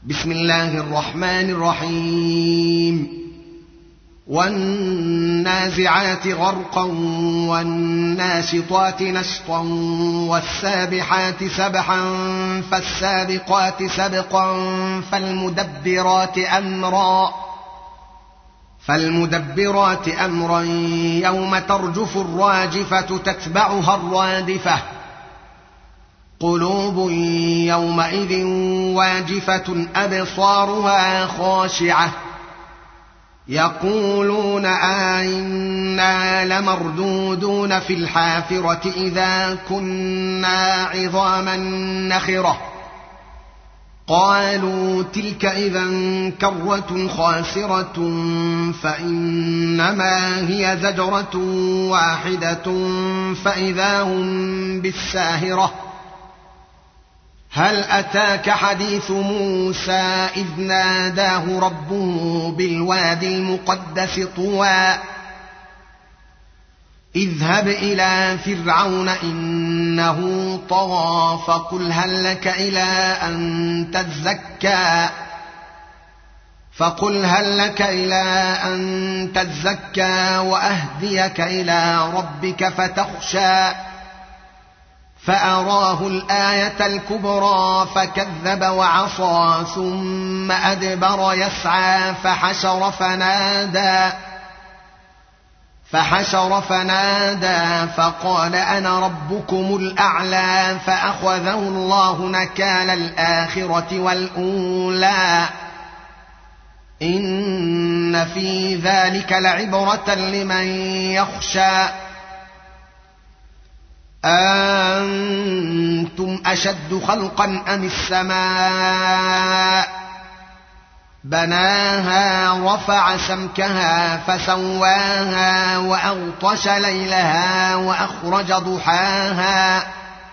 بسم الله الرحمن الرحيم والنازعات غرقا والناشطات نشطا والسابحات سبحا فالسابقات سبقا فالمدبرات أمرا يوم ترجف الراجفة تتبعها الرادفة قلوب يومئذ واجفة أبصارها خاشعة يقولون أئنا لمردودون في الحافرة إذا كنا عظاما نخرة قالوا تلك إذا كرة خاسرة فإنما هي زجرة واحدة فإذا هم بالساهرة هل أتاك حديث موسى إذ ناداه ربه بالوادي المقدس طوى اذهب إلى فرعون إنه طغى فقل هل لك إلى أن تزكى وأهديك إلى ربك فتخشى فأراه الآية الكبرى فكذب وعصى ثم أدبر يسعى فحشر فنادى فقال أنا ربكم الأعلى فأخذه الله نكال الآخرة والأولى إن في ذلك لعبرة لمن يخشى أأنتم أشد خلقا أم السماء بناها رفع سمكها فسواها وأغطش ليلها وأخرج ضحاها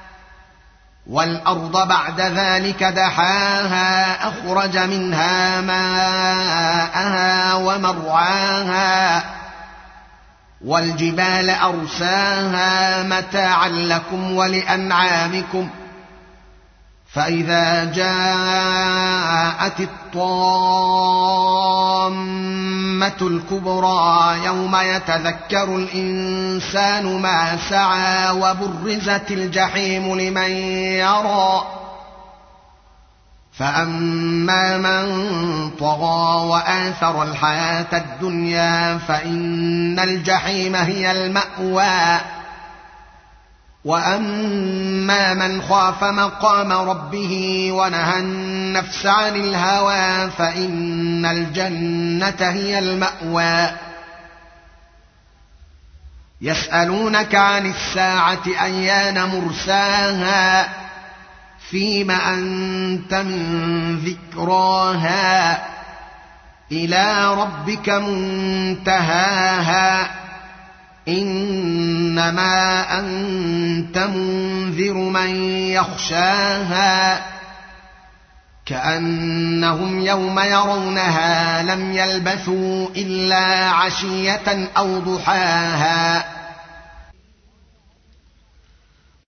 والأرض بعد ذلك دحاها أخرج منها ماءها ومرعاها والجبال أرساها متاعا لكم ولأنعامكم فإذا جاءت الطامة الكبرى يوم يتذكر الإنسان ما سعى وبرزت الجحيم لمن يرى فأما من طغى وآثر الحياة الدنيا فإن الجحيم هي المأوى وأما من خاف مقام ربه ونهى النفس عن الهوى فإن الجنة هي المأوى يسألونك عن الساعة أيان مرساها فيم أنت من ذكراها إلى ربك منتهاها إنما أنت منذر من يخشاها كأنهم يوم يرونها لم يلبثوا إلا عشية أو ضحاها